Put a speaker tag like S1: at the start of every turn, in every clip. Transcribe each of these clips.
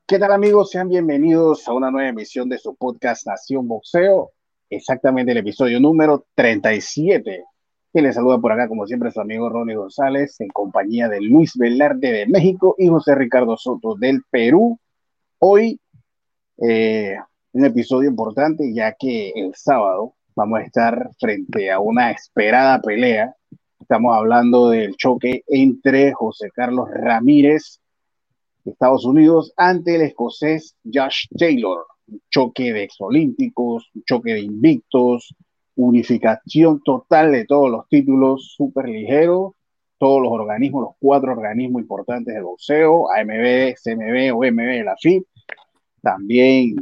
S1: ¿Qué tal amigos? Sean bienvenidos a una nueva emisión de su podcast Nación Boxeo, exactamente el episodio número 37. Que les saluda por acá, como siempre, su amigo Ronnie González, en compañía de Luis Velarde de México y José Ricardo Soto del Perú. Hoy, eh, un episodio importante, ya que el sábado vamos a estar frente a una esperada pelea. Estamos hablando del choque entre José Carlos Ramírez de Estados Unidos ante el escocés Josh Taylor. Un choque de exolímpicos, un choque de invictos, unificación total de todos los títulos súper ligeros, todos los organismos, los cuatro organismos importantes del boxeo, AMB, CMB, OMB, la FIB. También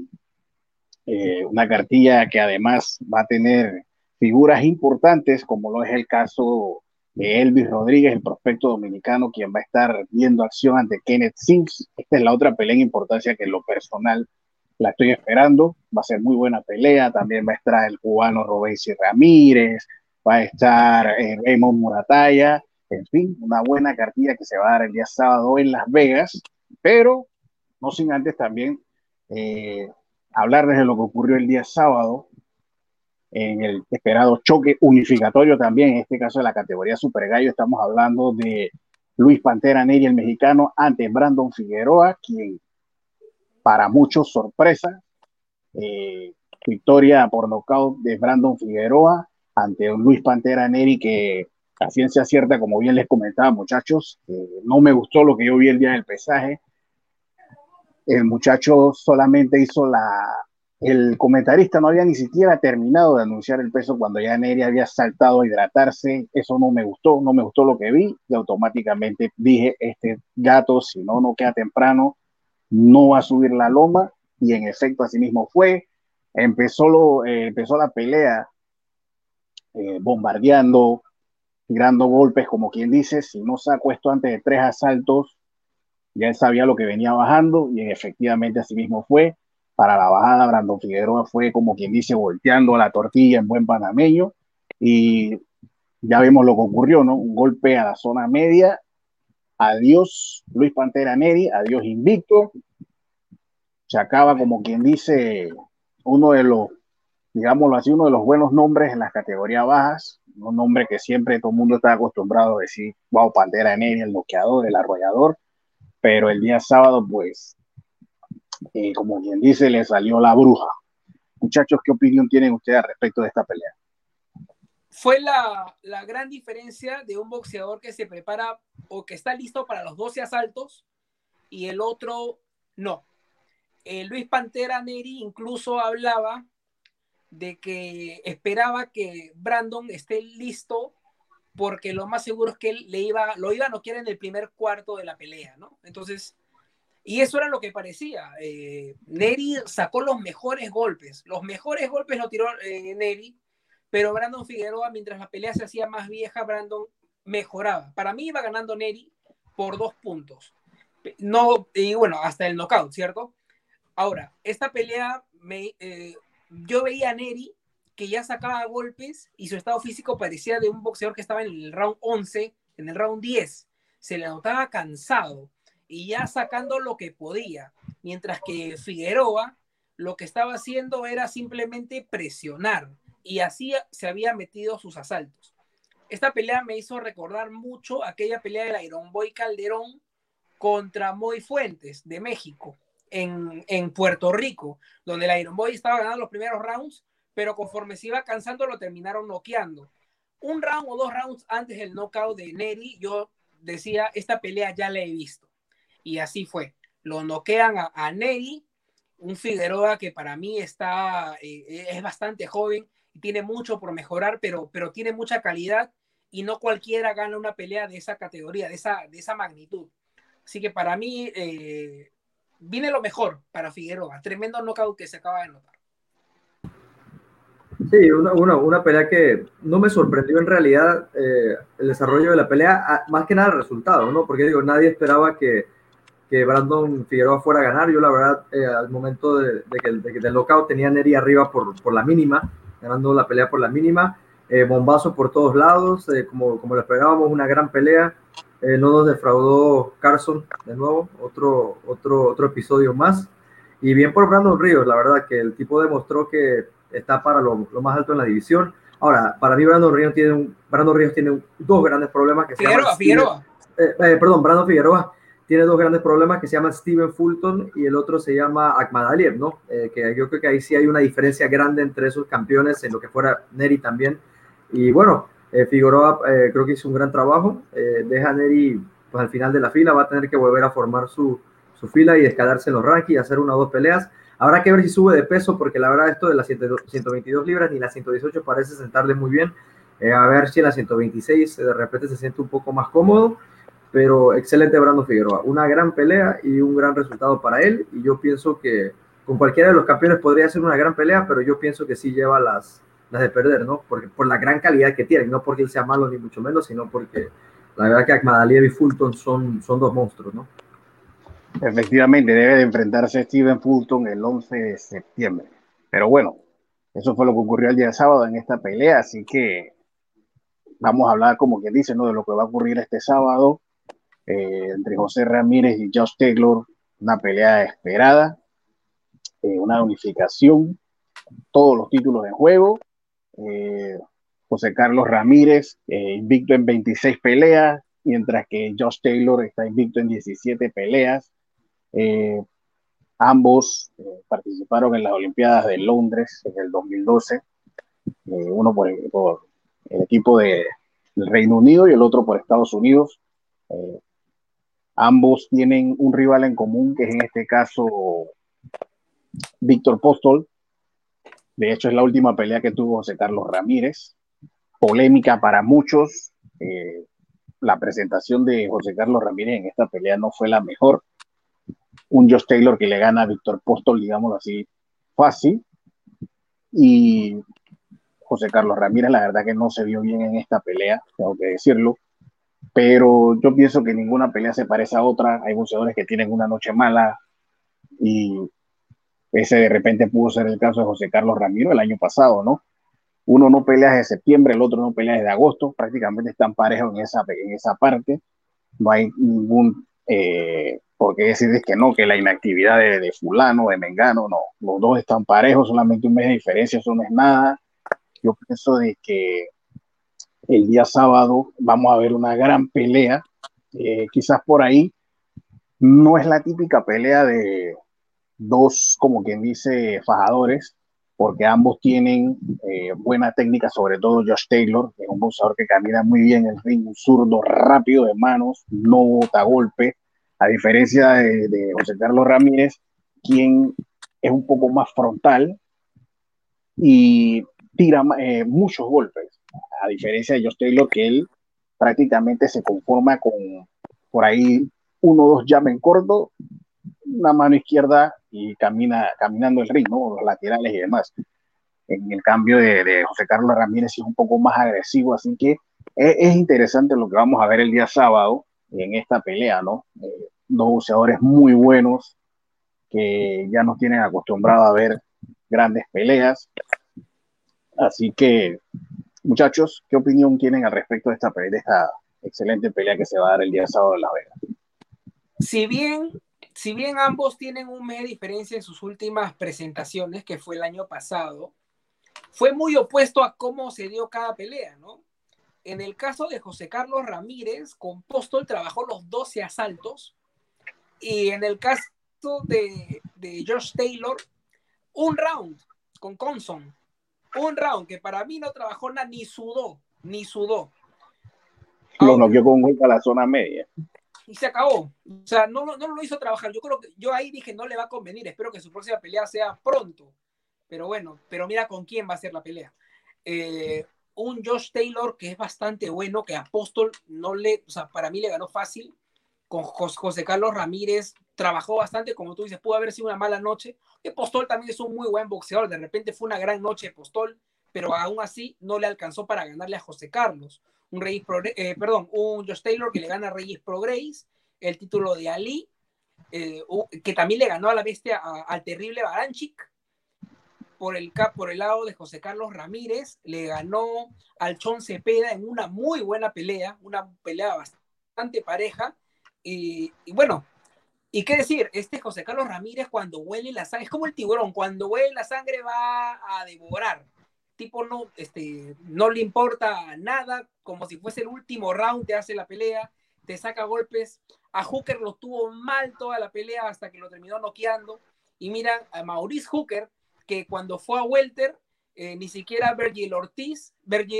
S1: una cartilla que además va a tener figuras importantes, como lo es el caso de Elvis Rodríguez, el prospecto dominicano, quien va a estar viendo acción ante Kenneth Sims. Esta es la otra pelea en importancia que en lo personal la estoy esperando. Va a ser muy buena pelea. También va a estar el cubano Robesi Ramírez, va a estar Raymond Murataya. En fin, una buena cartilla que se va a dar el día sábado en Las Vegas, pero no sin antes también eh, hablarles de lo que ocurrió el día sábado en el esperado choque unificatorio también, en este caso de la categoría Super Gallo. Estamos hablando de Luis Pantera Neri, el mexicano, ante Brandon Figueroa, quien para muchos sorpresa, eh, victoria por nocaut de Brandon Figueroa ante un Luis Pantera Neri que a ciencia cierta, como bien les comentaba muchachos, no me gustó lo que yo vi el día del pesaje. El muchacho solamente hizo el comentarista no había ni siquiera terminado de anunciar el peso cuando ya Neri había saltado a hidratarse. Eso no me gustó, no me gustó lo que vi y automáticamente dije, este gato, si no, no queda temprano, no va a subir la loma, y en efecto así mismo fue. Empezó la pelea bombardeando, tirando golpes, como quien dice, si no saco esto antes de 3 asaltos, ya él sabía lo que venía bajando y efectivamente así mismo fue. Para la bajada, Brandon Figueroa fue como quien dice volteando la tortilla en buen panameño y ya vemos lo que ocurrió, ¿no? Un golpe a la zona media. Adiós Luis Pantera Neri, adiós invicto. Se acaba como quien dice uno de los, digámoslo así, uno de los buenos nombres en las categorías bajas, un nombre que siempre todo el mundo está acostumbrado a decir, wow, Pantera Neri, el noqueador, el arrollador, pero el día sábado pues como quien dice, le salió la bruja. Muchachos, ¿qué opinión tienen ustedes al respecto de esta pelea?
S2: Fue la gran diferencia de un boxeador que se prepara o que está listo para los 12 asaltos y el otro no. Luis Pantera Neri incluso hablaba de que esperaba que Brandon esté listo porque lo más seguro es que él lo iba a noquear en el primer cuarto de la pelea, ¿no? Entonces, y eso era lo que parecía. Neri sacó los mejores golpes lo tiró Neri, pero Brandon Figueroa, mientras la pelea se hacía más vieja, Brandon mejoraba. Para mí iba ganando Neri por 2 puntos. No, y bueno, hasta el knockout, ¿cierto? Ahora, esta pelea, yo veía a Neri que ya sacaba golpes y su estado físico parecía de un boxeador que estaba en el round 11, en el round 10. Se le notaba cansado y ya sacando lo que podía. Mientras que Figueroa lo que estaba haciendo era simplemente presionar y así se había metido sus asaltos. Esta pelea me hizo recordar mucho aquella pelea del Iron Boy Calderón contra Moy Fuentes de México en Puerto Rico, donde el Iron Boy estaba ganando los primeros rounds, pero conforme se iba cansando lo terminaron noqueando. Un round o 2 rounds antes del knockout de Neri, yo decía, esta pelea ya la he visto. Y así fue. Lo noquean a Neri, un Figueroa que para mí es bastante joven y tiene mucho por mejorar, pero tiene mucha calidad y no cualquiera gana una pelea de esa categoría, de esa magnitud. Así que para mí viene lo mejor para Figueroa. Tremendo knockout que se acaba de notar.
S3: Sí, una pelea que no me sorprendió en realidad el desarrollo de la pelea, más que nada el resultado, ¿no? Porque digo, nadie esperaba que Brandon Figueroa fuera a ganar. Yo la verdad, al momento de que del knockout tenía a Neri arriba por la mínima, ganando la pelea por la mínima, bombazo por todos lados, como lo esperábamos, una gran pelea. No nos defraudó Carson de nuevo, otro episodio más. Y bien por Brandon Ríos, la verdad que el tipo demostró que está para lo más alto en la división. Ahora, para mí Brandon Ríos tiene dos grandes problemas que se llaman
S2: Figueroa.
S3: Brandon Figueroa tiene dos grandes problemas que se llaman Steven Fulton y el otro se llama Akhmadaliev, ¿no? Que yo creo que ahí sí hay una diferencia grande entre esos campeones, en lo que fuera Neri también. Y bueno, Figueroa creo que hizo un gran trabajo. Deja a Neri pues, al final de la fila, va a tener que volver a formar su fila y escalarse en los rankings, hacer una o dos peleas. Habrá que ver si sube de peso, porque la verdad esto de las 122 libras ni las 118 parece sentarle muy bien. A ver si en las 126 de repente se siente un poco más cómodo, pero excelente Brandon Figueroa. Una gran pelea y un gran resultado para él, y yo pienso que con cualquiera de los campeones podría ser una gran pelea, pero yo pienso que sí lleva las de perder, ¿no? Porque, por la gran calidad que tienen, no porque él sea malo ni mucho menos, sino porque la verdad que Akhmadaliev y Fulton son dos monstruos, ¿no?
S1: Efectivamente, debe de enfrentarse Steven Fulton el 11 de septiembre. Pero bueno, eso fue lo que ocurrió el día sábado en esta pelea, así que vamos a hablar, como quien dice, ¿no? De lo que va a ocurrir este sábado entre José Ramírez y Josh Taylor, una pelea esperada, una unificación, todos los títulos en juego. Eh, José Carlos Ramírez invicto en 26 peleas, mientras que Josh Taylor está invicto en 17 peleas. Eh, Ambos participaron en las Olimpiadas de Londres en el 2012, uno por el equipo del Reino Unido y el otro por Estados Unidos. Eh, Ambos tienen un rival en común, que es en este caso Víctor Postol. De hecho, es la última pelea que tuvo José Carlos Ramírez. Polémica para muchos. La presentación de José Carlos Ramírez en esta pelea no fue la mejor. Un Josh Taylor que le gana a Víctor Postol, digamos así, fácil. Y José Carlos Ramírez, la verdad que no se vio bien en esta pelea, tengo que decirlo. Pero yo pienso que ninguna pelea se parece a otra. Hay boxeadores que tienen una noche mala y ese de repente pudo ser el caso de José Carlos Ramírez el año pasado, ¿no? Uno no pelea desde septiembre, el otro no pelea desde agosto, prácticamente están parejos en esa parte. No hay ningún por qué decir que no, que la inactividad de fulano, de mengano, no. Los dos están parejos, solamente un mes de diferencia, eso no es nada. Yo pienso de que el día sábado vamos a ver una gran pelea. Quizás por ahí no es la típica pelea de dos, como quien dice, fajadores, porque ambos tienen buena técnica, sobre todo Josh Taylor, que es un boxeador que camina muy bien en el ring, un zurdo rápido de manos, no bota golpe, a diferencia de José Carlos Ramírez, quien es un poco más frontal y tira muchos golpes, a diferencia de Josh Taylor, que él prácticamente se conforma con por ahí uno o dos llamen corto, una mano izquierda y caminando el ring, ¿no? Los laterales y demás. En el cambio de José Carlos Ramírez es un poco más agresivo, así que es interesante lo que vamos a ver el día sábado en esta pelea, ¿no? Dos boxeadores muy buenos que ya nos tienen acostumbrados a ver grandes peleas. Así que, muchachos, ¿qué opinión tienen al respecto de esta excelente pelea que se va a dar el día sábado en Las Vegas?
S2: Si bien, si bien ambos tienen un mes de diferencia en sus últimas presentaciones, que fue el año pasado, fue muy opuesto a cómo se dio cada pelea, ¿no? En el caso de José Carlos Ramírez, con Postol trabajó los 12 asaltos, y en el caso de Josh Taylor, un round con Conson, un round que para mí no trabajó nada, ni sudó, ni sudó.
S1: Lo noqueó con un golpe a la zona media.
S2: Y se acabó. O sea, no lo hizo trabajar. Yo creo que yo ahí dije, no le va a convenir. Espero que su próxima pelea sea pronto. Pero bueno, pero mira con quién va a ser la pelea. Un Josh Taylor que es bastante bueno, que Apóstol no le, o sea, para mí le ganó fácil. Con José Carlos Ramírez trabajó bastante, como tú dices, pudo haber sido una mala noche. Apóstol también es un muy buen boxeador. De repente fue una gran noche de Apóstol, pero aún así no le alcanzó para ganarle a José Carlos. Un Josh Taylor que le gana a Reyes Pro Grace, el título de Ali, que también le ganó a la bestia, al terrible Baranchik. Por el lado de José Carlos Ramírez, le ganó al Chon Cepeda en una muy buena pelea, una pelea bastante bastante pareja. Y bueno, ¿y qué decir? José Carlos Ramírez, cuando huele la sangre, es como el tiburón, cuando huele la sangre va a devorar. Tipo no le importa nada, como si fuese el último round, te hace la pelea, te saca golpes. A Hooker lo tuvo mal toda la pelea hasta que lo terminó noqueando. Y mira a Maurice Hooker, que cuando fue a welter, ni siquiera Vergil Ortiz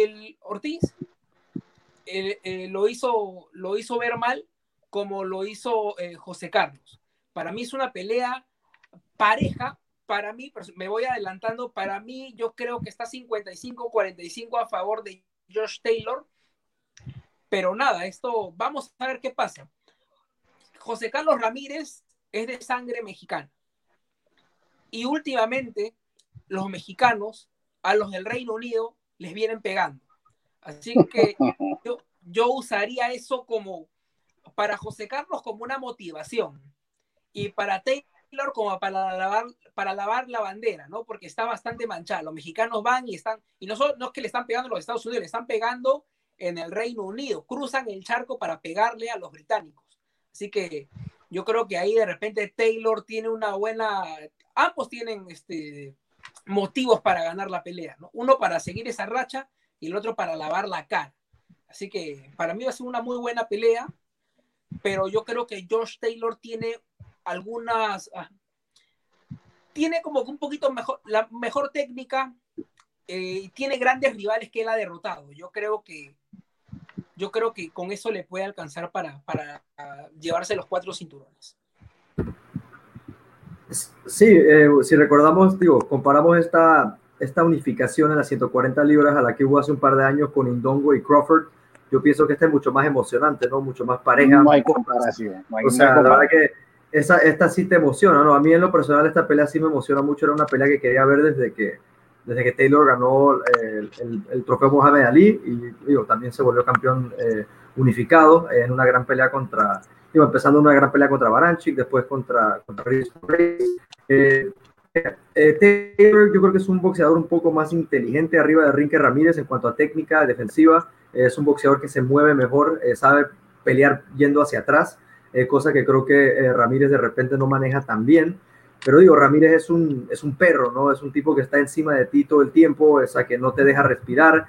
S2: lo hizo ver mal como lo hizo José Carlos. Para mí es una pelea pareja. Para mí, me voy adelantando, para mí yo creo que está 55-45 a favor de Josh Taylor. Pero nada, vamos a ver qué pasa. José Carlos Ramírez es de sangre mexicana. Y últimamente los mexicanos a los del Reino Unido les vienen pegando. Así que yo usaría eso para José Carlos como una motivación y para Taylor como para lavar la bandera, ¿no? Porque está bastante manchada. Los mexicanos van y no es que le están pegando a los Estados Unidos, le están pegando en el Reino Unido, cruzan el charco para pegarle a los británicos. Así que yo creo que ahí de repente Taylor tiene ambos tienen motivos para ganar la pelea, ¿no? Uno para seguir esa racha y el otro para lavar la cara. Así que para mí va a ser una muy buena pelea, pero yo creo que Josh Taylor tiene tiene como que un poquito la mejor técnica, tiene grandes rivales que él ha derrotado. Yo creo que con eso le puede alcanzar para llevarse los 4 cinturones.
S3: Sí, si recordamos, comparamos esta unificación en las 140 libras a la que hubo hace un par de años con Indongo y Crawford. Yo pienso que esta es mucho más emocionante, ¿no? Mucho más pareja.
S1: No hay comparación.
S3: La verdad que esta sí te emociona, ¿no? A mí en lo personal esta pelea sí me emociona mucho. Era una pelea que quería ver desde que Taylor ganó el trofeo Muhammad Ali y también se volvió campeón unificado en una gran pelea empezando una gran pelea contra Baranchik, después contra Taylor. Yo creo que es un boxeador un poco más inteligente arriba de ring que Ramírez en cuanto a técnica defensiva. Es un boxeador que se mueve mejor, sabe pelear yendo hacia atrás, cosa que creo que Ramírez de repente no maneja tan bien. Pero Ramírez es un perro, ¿no? Es un tipo que está encima de ti todo el tiempo, que no te deja respirar.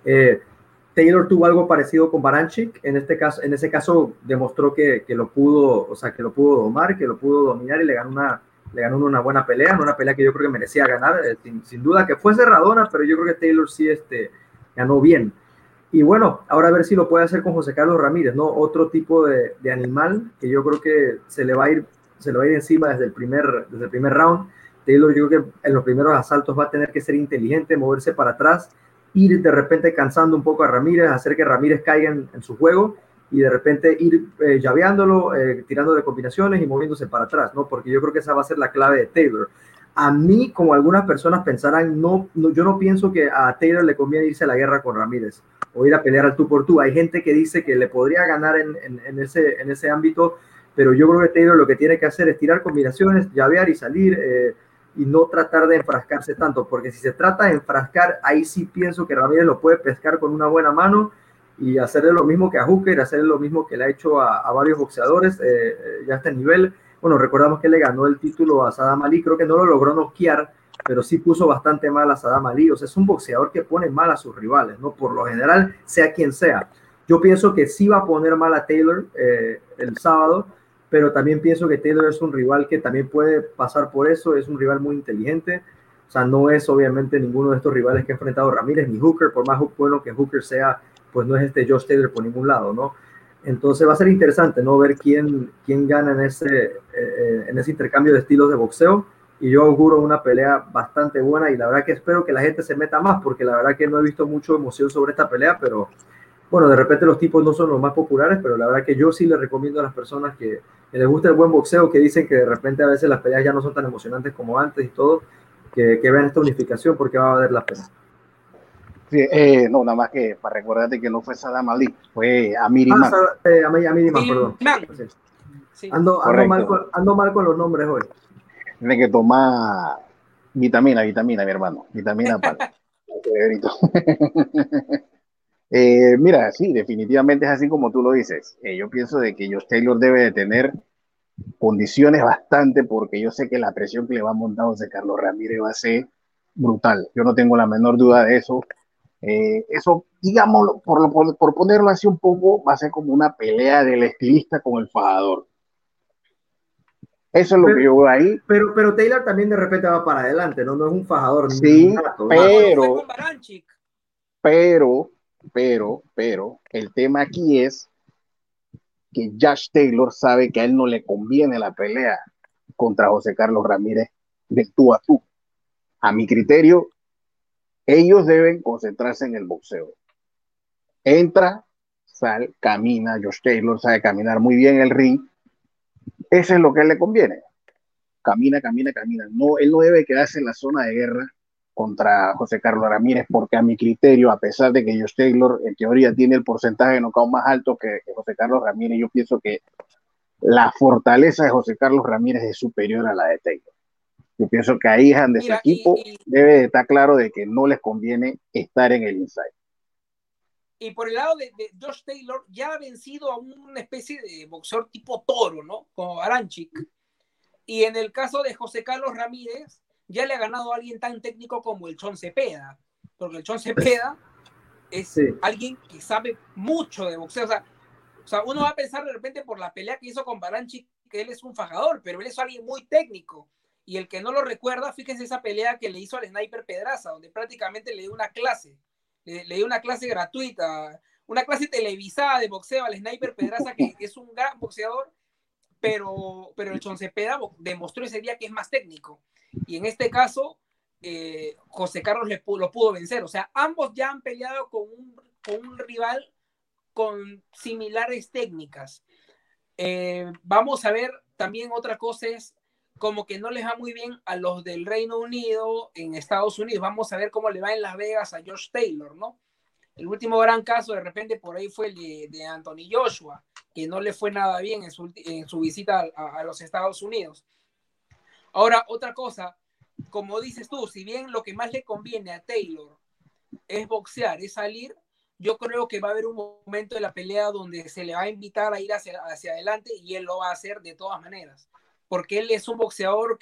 S3: Taylor tuvo algo parecido con Baranchik. En ese caso demostró que lo pudo domar, que lo pudo dominar y le ganó una buena pelea, una pelea que yo creo que merecía ganar, sin duda, que fue cerradona, pero yo creo que Taylor sí ganó bien. Y bueno, ahora a ver si lo puede hacer con José Carlos Ramírez, ¿no? Otro tipo de animal que yo creo que se le va a ir encima desde el primer round. Taylor, yo creo que en los primeros asaltos va a tener que ser inteligente, moverse para atrás, ir de repente cansando un poco a Ramírez, hacer que Ramírez caiga en su juego y de repente ir llaveándolo, tirando de combinaciones y moviéndose para atrás, ¿no? Porque yo creo que esa va a ser la clave de Taylor. A mí, como algunas personas pensarán, yo no pienso que a Taylor le conviene irse a la guerra con Ramírez o ir a pelear al tú por tú. Hay gente que dice que le podría ganar en ese ámbito, pero yo creo que Taylor lo que tiene que hacer es tirar combinaciones, llavear y salir, y no tratar de enfrascarse tanto, porque si se trata de enfrascar, ahí sí pienso que Ramírez lo puede pescar con una buena mano y hacerle lo mismo que a Hooker, hacerle lo mismo que le ha hecho a varios boxeadores ya a este nivel. Bueno, recordamos que le ganó el título a Sadam Ali, creo que no lo logró noquear, pero sí puso bastante mal a Sadam Ali. O sea, es un boxeador que pone mal a sus rivales, ¿no? Por lo general, sea quien sea. Yo pienso que sí va a poner mal a Taylor el sábado, pero también pienso que Taylor es un rival que también puede pasar por eso, es un rival muy inteligente. O sea, no es obviamente ninguno de estos rivales que ha enfrentado Ramírez ni Hooker, por más bueno que Hooker sea, pues no es Josh Taylor por ningún lado, ¿no? Entonces va a ser interesante, ¿no? Ver quién gana en ese intercambio de estilos de boxeo, y yo auguro una pelea bastante buena, y la verdad que espero que la gente se meta más, porque la verdad que no he visto mucha emoción sobre esta pelea, pero bueno, de repente los tipos no son los más populares, pero la verdad que yo sí les recomiendo a las personas que les gusta el buen boxeo, que dicen que de repente a veces las peleas ya no son tan emocionantes como antes y todo, que vean esta unificación porque va a valer la pena.
S1: Sí, no, nada más que para recordarte que no fue Sadam Ali, fue Amir Imam.
S3: Amir Imam, perdón. Sí. Ando mal con los nombres hoy.
S1: Tiene que tomar vitamina, mi hermano. Vitamina para el cerebrito. Mira, sí, definitivamente es así como tú lo dices. Yo pienso de que Josh Taylor debe de tener condiciones bastante, porque yo sé que la presión que le va a montar José Carlos Ramírez va a ser brutal. Yo no tengo la menor duda de eso. Eso, digámoslo, por ponerlo así un poco, va a ser como una pelea del estilista con el fajador. Eso es lo que
S3: Pero,
S1: yo veo ahí.
S3: pero Taylor también de repente va para adelante, ¿no? No es un fajador
S1: Sí,
S3: nato,
S2: Como
S3: nato.
S2: lo fue
S1: pero,
S2: con Baranchik.
S1: pero, el tema aquí es que Josh Taylor sabe que a él no le conviene la pelea contra José Carlos Ramírez de tú a tú. A mi criterio, ellos deben concentrarse en el boxeo. Entra, sal, camina, Josh Taylor sabe caminar muy bien el ring. Eso es lo que a él le conviene. Camina, camina, camina. No, él no debe quedarse en la zona de guerra contra José Carlos Ramírez, porque a mi criterio, a pesar de que Josh Taylor en teoría tiene el porcentaje de knockout más alto que José Carlos Ramírez, yo pienso que la fortaleza de José Carlos Ramírez es superior a la de Taylor. Yo pienso que ahí es donde su
S2: Mira,
S1: equipo debe de estar claro de que no les conviene estar en el inside.
S2: y por el lado de Josh Taylor, ya ha vencido a una especie de boxeador tipo toro, ¿no? Como Baranchik. Y en el caso de José Carlos Ramírez, ya le ha ganado a alguien tan técnico como el Chon Cepeda, porque el Chon Cepeda es
S3: Sí.
S2: alguien que sabe mucho de boxeo. O sea, uno va a pensar de repente por la pelea que hizo con Baranchi que él es un fajador, pero él es alguien muy técnico. Y el que no lo recuerda, fíjense esa pelea que le hizo al Sniper Pedraza, donde prácticamente le dio una clase, le dio una clase gratuita, una clase televisada de boxeo al Sniper Pedraza, que es un gran boxeador, pero el Choncepeda demostró ese día que es más técnico. Y en este caso, José Carlos lo pudo vencer. O sea, ambos ya han peleado con un rival con similares técnicas. Vamos a ver también otra cosa es como que no les va muy bien a los del Reino Unido en Estados Unidos. Vamos a ver cómo le va en Las Vegas a Josh Taylor, ¿no? El último gran caso de repente por ahí fue el de Anthony Joshua, que no le fue nada bien en su visita a los Estados Unidos. Ahora, otra cosa, como dices tú, si bien lo que más le conviene a Taylor es boxear, es salir, yo creo que va a haber un momento de la pelea donde se le va a invitar a ir hacia adelante y él lo va a hacer de todas maneras, porque él es un boxeador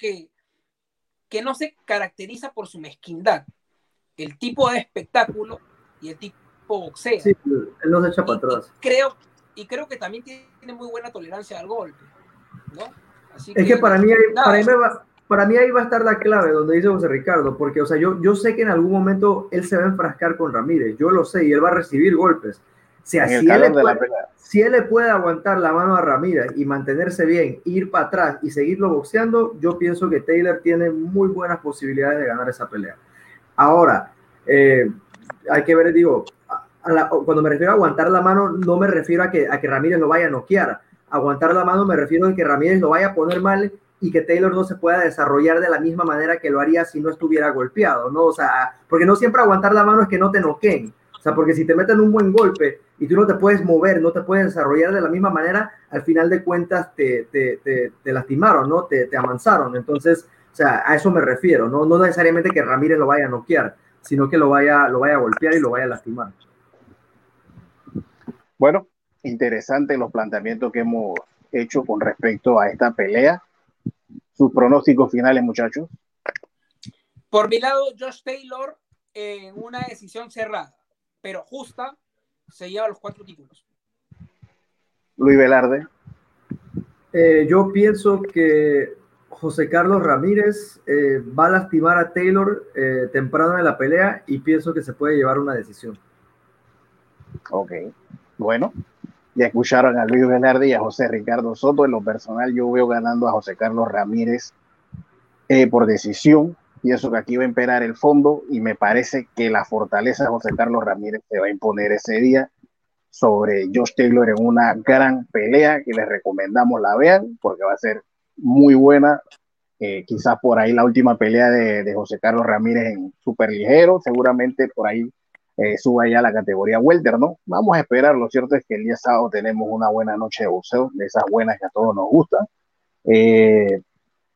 S2: que no se caracteriza por su mezquindad, el tipo de espectáculo y el tipo
S3: Sí,
S2: boxea.
S3: él no se echa para
S2: Y, y,
S3: atrás.
S2: creo, y creo que también tiene muy buena tolerancia al golpe, ¿no? Así
S3: Es que
S2: que, nada,
S3: para mí ahí va a estar la clave, donde dice José Ricardo, porque, o sea, yo sé que en algún momento él se va a enfrascar con Ramírez, yo lo sé, y él va a recibir golpes. O sea,
S1: En el calor de la pelea.
S3: si él le puede aguantar la mano a Ramírez y mantenerse bien, ir para atrás y seguirlo boxeando, yo pienso que Taylor tiene muy buenas posibilidades de ganar esa pelea. Ahora, hay que ver, digo, cuando me refiero a aguantar la mano, no me refiero a que Ramírez lo vaya a noquear. Aguantar la mano me refiero a que Ramírez lo vaya a poner mal y que Taylor no se pueda desarrollar de la misma manera que lo haría si no estuviera golpeado, ¿no? O sea, porque no siempre aguantar la mano es que no te noqueen. O sea, porque si te meten un buen golpe y tú no te puedes mover, no te puedes desarrollar de la misma manera, al final de cuentas te lastimaron, ¿no? Te amansaron. Entonces, o sea, a eso me refiero, ¿no? No necesariamente que Ramírez lo vaya a noquear, sino que lo vaya a golpear y lo vaya a lastimar.
S1: Bueno, interesante los planteamientos que hemos hecho con respecto a esta pelea. Sus pronósticos finales, muchachos.
S2: por mi lado, Josh Taylor en una decisión cerrada, pero justa, se lleva los 4 títulos.
S1: Luis Velarde.
S3: Yo pienso que José Carlos Ramírez va a lastimar a Taylor temprano en la pelea y pienso que se puede llevar una decisión.
S1: Ok. Bueno, ya escucharon a Luis Velarde y a José Ricardo Soto. En lo personal, yo veo ganando a José Carlos Ramírez por decisión. Pienso que aquí va a imperar el fondo y me parece que la fortaleza de José Carlos Ramírez se va a imponer ese día sobre Josh Taylor en una gran pelea que les recomendamos la vean porque va a ser muy buena. Quizás por ahí la última pelea de José Carlos Ramírez en superligero, seguramente por ahí suba ya la categoría welter, ¿no? Vamos a esperar, lo cierto es que el día sábado tenemos una buena noche de boxeo, de esas buenas que a todos nos gustan. Eh,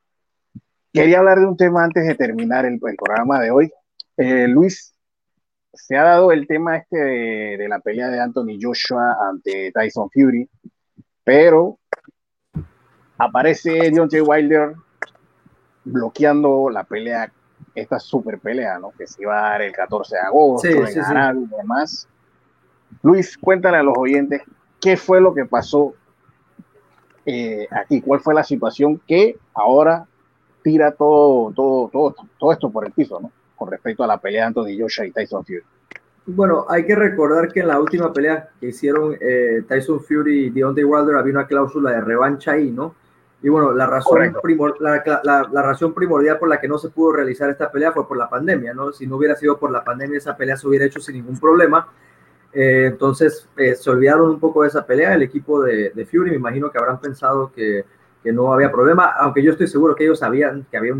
S1: Quería hablar de un tema antes de terminar el programa de hoy. Luis, se ha dado el tema de la pelea de Anthony Joshua ante Tyson Fury, pero aparece Deontay Wilder bloqueando la pelea, esta super pelea, ¿no? Que se iba a dar el 14 de agosto en Arabia y demás. Luis, cuéntale a los oyentes qué fue lo que pasó aquí, cuál fue la situación que ahora tira todo esto por el piso, ¿no? Con respecto a la pelea de Anthony Joshua y Tyson Fury.
S3: Bueno, hay que recordar que en la última pelea que hicieron Tyson Fury y Deontay Wilder había una cláusula de revancha ahí, ¿no? Y bueno, la razón primordial por la que no se pudo realizar esta pelea fue por la pandemia, ¿no? Si no hubiera sido por la pandemia, esa pelea se hubiera hecho sin ningún problema. Entonces, se olvidaron un poco de esa pelea. El equipo de Fury, me imagino que habrán pensado que no había problema, aunque yo estoy seguro que ellos sabían que había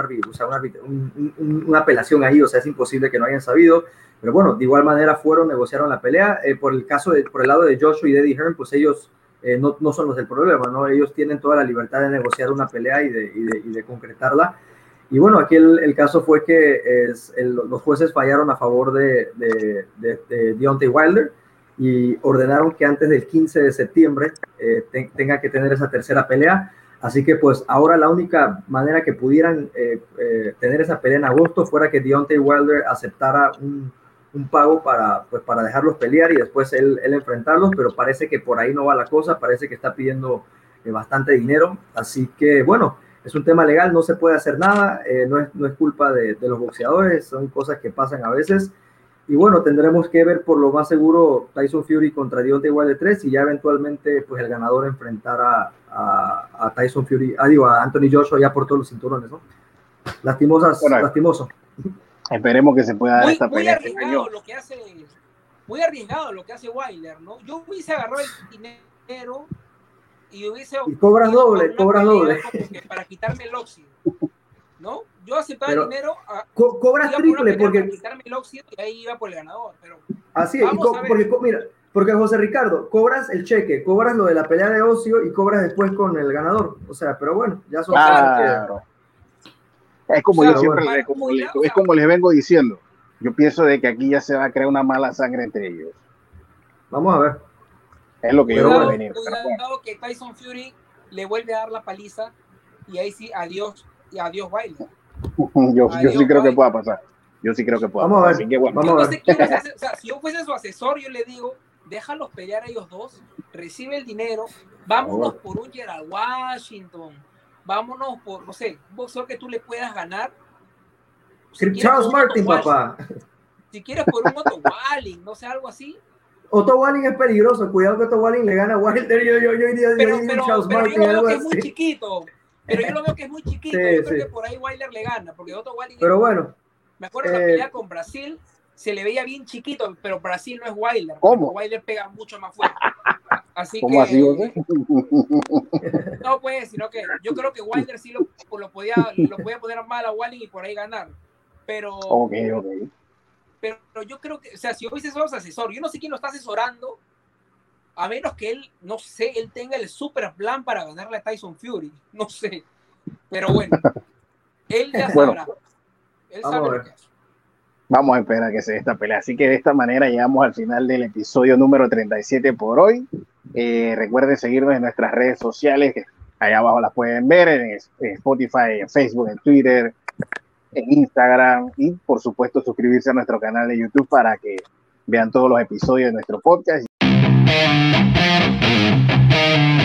S3: una apelación ahí, o sea, es imposible que no hayan sabido. Pero bueno, de igual manera negociaron la pelea. Por el lado de Joshua y de Eddie Hearn, pues ellos no son los del problema, ¿no? Ellos tienen toda la libertad de negociar una pelea y de concretarla. Y bueno, aquí el caso fue que los jueces fallaron a favor de Deontay Wilder y ordenaron que antes del 15 de septiembre tenga que tener esa tercera pelea. Así que pues ahora la única manera que pudieran tener esa pelea en agosto fuera que Deontay Wilder aceptara un pago para dejarlos pelear y después él enfrentarlos, pero parece que por ahí no va la cosa, parece que está pidiendo bastante dinero. Así que bueno, es un tema legal, no se puede hacer nada, no es culpa de los boxeadores, son cosas que pasan a veces. Y bueno, tendremos que ver por lo más seguro Tyson Fury contra Deontay Wilder 3 y ya eventualmente pues el ganador enfrentará a Tyson Fury, a Anthony Joshua ya por todos los cinturones, ¿no? Lastimoso.
S1: Esperemos que se pueda dar esta pelea.
S2: Muy arriesgado lo que hace Wilder, ¿no? Yo hubiese agarrado el dinero y
S3: cobras doble
S2: para quitarme el óxido, ¿no? Yo aceptaba el dinero,
S3: cobras triple porque
S2: para quitarme el óxido y ahí iba por el ganador, pero
S3: así es, porque José Ricardo, cobras el cheque, cobras lo de la pelea de ocio y cobras después con el ganador, o sea, pero bueno, ya son
S1: claro. Es como yo siempre es como les vengo diciendo, yo pienso de que aquí ya se va a crear una mala sangre entre ellos.
S3: Vamos a ver.
S1: Es lo que yo voy a venir.
S2: Cuidado que Tyson Fury le vuelve a dar la paliza y ahí sí, adiós Wilder.
S1: Yo sí creo que pueda pasar. Yo sí creo que pueda pasar. Así que bueno.
S2: Yo no sé quién hace, o sea, si yo fuese su asesor, yo le digo, déjalos pelear a ellos dos, recibe el dinero, vámonos por un Gerald Washington, vámonos por, no sé, un boxeador que tú le puedas ganar.
S3: Charles Martin, papá.
S2: Si quieres por un Otto Walling, no sé, algo así.
S3: Otto Walling es peligroso, cuidado que Otto Walling le gana a Wilder. Yo diría Charles Martin.
S2: Yo lo veo que es muy chiquito. Pero yo lo veo que es muy chiquito. Yo creo que por ahí Wilder le gana, porque Otto Walling.
S3: Pero bueno.
S2: Me acuerdo de la pelea con Brasil, se le veía bien chiquito, pero Brasil no es Wilder.
S1: ¿Cómo?
S2: Wilder pega mucho más fuerte. Así
S1: ¿Cómo así, José?
S2: No, pues, sino que yo creo que Wilder sí lo podía poner mal a Walling y por ahí ganar. Pero.
S1: Ok.
S2: Pero yo creo que, o sea, si yo hubiese sido asesor, yo no sé quién lo está asesorando, a menos que él, no sé, él tenga el super plan para ganarle a Tyson Fury, no sé, pero bueno, él ya sabrá, él sabe lo que hace.
S1: Vamos a esperar que se dé esta pelea, así que de esta manera llegamos al final del episodio número 37 por hoy. Recuerden seguirnos en nuestras redes sociales, que allá abajo las pueden ver, en Spotify, en Facebook, en Twitter, en Instagram y por supuesto suscribirse a nuestro canal de YouTube para que vean todos los episodios de nuestro podcast.